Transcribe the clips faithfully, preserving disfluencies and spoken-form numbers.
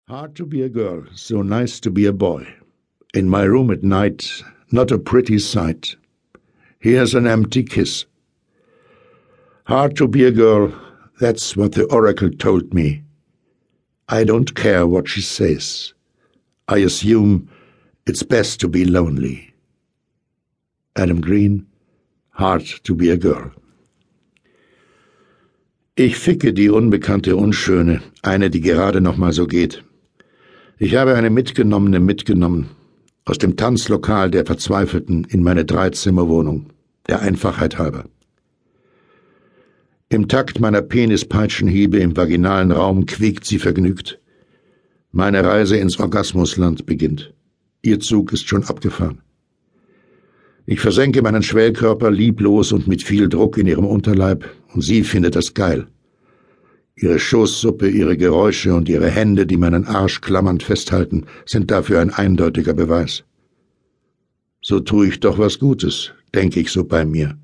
Hard to be a girl, so nice to be a boy. In my room at night, not a pretty sight. Here's an empty kiss. Hard to be a girl, that's what the oracle told me. I don't care what she says. I assume it's best to be lonely. Adam Green, Hard to be a Girl. Ich ficke die unbekannte Unschöne, eine, die gerade noch mal so geht. Ich habe eine Mitgenommene mitgenommen, aus dem Tanzlokal der Verzweifelten in meine Dreizimmerwohnung, der Einfachheit halber. Im Takt meiner Penispeitschenhiebe im vaginalen Raum quiekt sie vergnügt. Meine Reise ins Orgasmusland beginnt. Ihr Zug ist schon abgefahren. Ich versenke meinen Schwellkörper lieblos und mit viel Druck in ihrem Unterleib, und sie findet das geil. Ihre Schoßsuppe, ihre Geräusche und ihre Hände, die meinen Arsch klammernd festhalten, sind dafür ein eindeutiger Beweis. So tue ich doch was Gutes, denke ich so bei mir.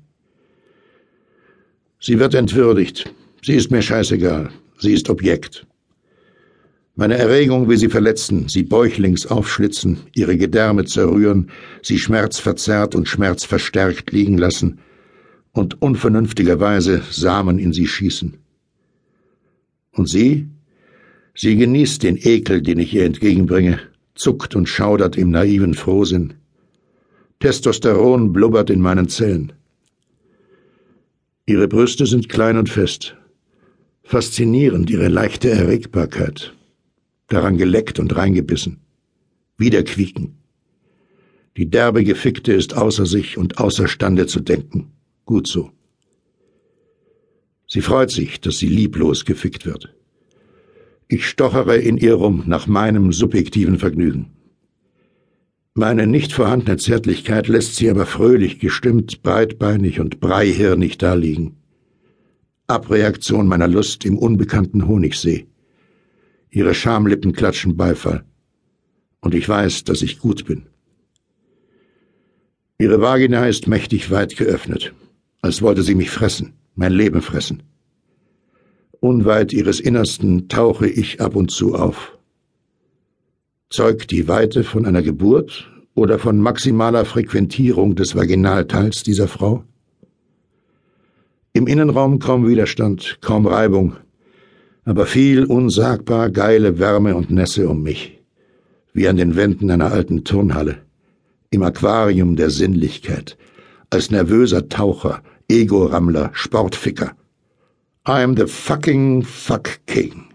Sie wird entwürdigt. Sie ist mir scheißegal. Sie ist Objekt. Meine Erregung will sie verletzen, sie bäuchlings aufschlitzen, ihre Gedärme zerrühren, sie schmerzverzerrt und schmerzverstärkt liegen lassen und unvernünftigerweise Samen in sie schießen. Und sie? Sie genießt den Ekel, den ich ihr entgegenbringe, zuckt und schaudert im naiven Frohsinn. Testosteron blubbert in meinen Zellen. Ihre Brüste sind klein und fest. Faszinierend ihre leichte Erregbarkeit. Daran geleckt und reingebissen. Wieder quieken. Die derbe Gefickte ist außer sich und außerstande zu denken. Gut so. Sie freut sich, dass sie lieblos gefickt wird. Ich stochere in ihr rum nach meinem subjektiven Vergnügen. Meine nicht vorhandene Zärtlichkeit lässt sie aber fröhlich gestimmt, breitbeinig und breihirnig daliegen. Abreaktion meiner Lust im unbekannten Honigsee. Ihre Schamlippen klatschen Beifall. Und ich weiß, dass ich gut bin. Ihre Vagina ist mächtig weit geöffnet, als wollte sie mich fressen, mein Leben fressen. Unweit ihres Innersten tauche ich ab und zu auf. Zeugt die Weite von einer Geburt oder von maximaler Frequentierung des Vaginalteils dieser Frau? Im Innenraum kaum Widerstand, kaum Reibung, aber viel unsagbar geile Wärme und Nässe um mich, wie an den Wänden einer alten Turnhalle, im Aquarium der Sinnlichkeit, als nervöser Taucher, Ego-Rammler, Sportficker. I am the fucking fuck king.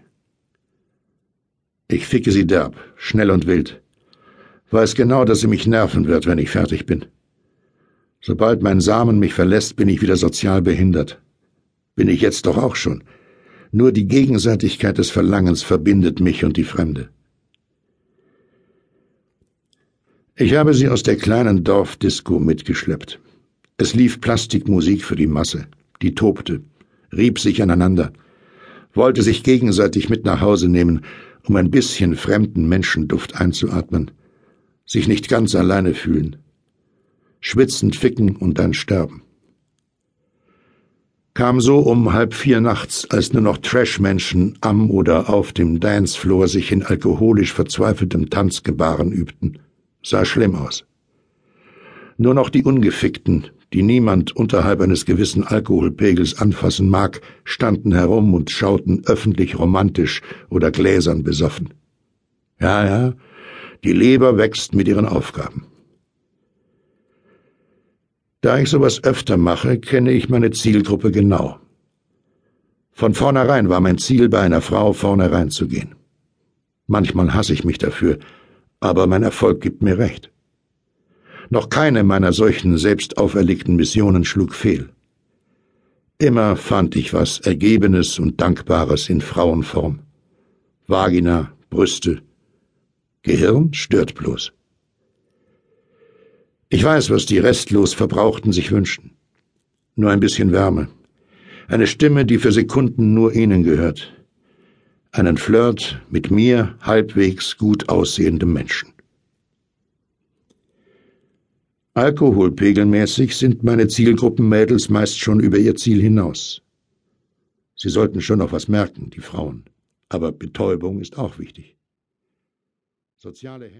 Ich ficke sie derb, schnell und wild. Weiß genau, dass sie mich nerven wird, wenn ich fertig bin. Sobald mein Samen mich verlässt, bin ich wieder sozial behindert. Bin ich jetzt doch auch schon. Nur die Gegenseitigkeit des Verlangens verbindet mich und die Fremde. Ich habe sie aus der kleinen Dorfdisco mitgeschleppt. Es lief Plastikmusik für die Masse, die tobte, rieb sich aneinander, wollte sich gegenseitig mit nach Hause nehmen, um ein bisschen fremden Menschenduft einzuatmen, sich nicht ganz alleine fühlen, schwitzend ficken und dann sterben. Kam so um halb vier nachts, als nur noch Trash-Menschen am oder auf dem Dancefloor sich in alkoholisch verzweifeltem Tanzgebaren übten. Sah schlimm aus. Nur noch die Ungefickten, die niemand unterhalb eines gewissen Alkoholpegels anfassen mag, standen herum und schauten öffentlich romantisch oder gläsern besoffen. Ja, ja, die Leber wächst mit ihren Aufgaben. Da ich sowas öfter mache, kenne ich meine Zielgruppe genau. Von vornherein war mein Ziel, bei einer Frau vorne reinzugehen. Manchmal hasse ich mich dafür, aber mein Erfolg gibt mir recht. Noch keine meiner solchen selbst auferlegten Missionen schlug fehl. Immer fand ich was Ergebenes und Dankbares in Frauenform. Vagina, Brüste, Gehirn stört bloß. Ich weiß, was die restlos Verbrauchten sich wünschen. Nur ein bisschen Wärme. Eine Stimme, die für Sekunden nur ihnen gehört. Einen Flirt mit mir halbwegs gut aussehendem Menschen. Alkoholpegelmäßig sind meine Zielgruppenmädels meist schon über ihr Ziel hinaus. Sie sollten schon noch was merken, die Frauen. Aber Betäubung ist auch wichtig. Soziale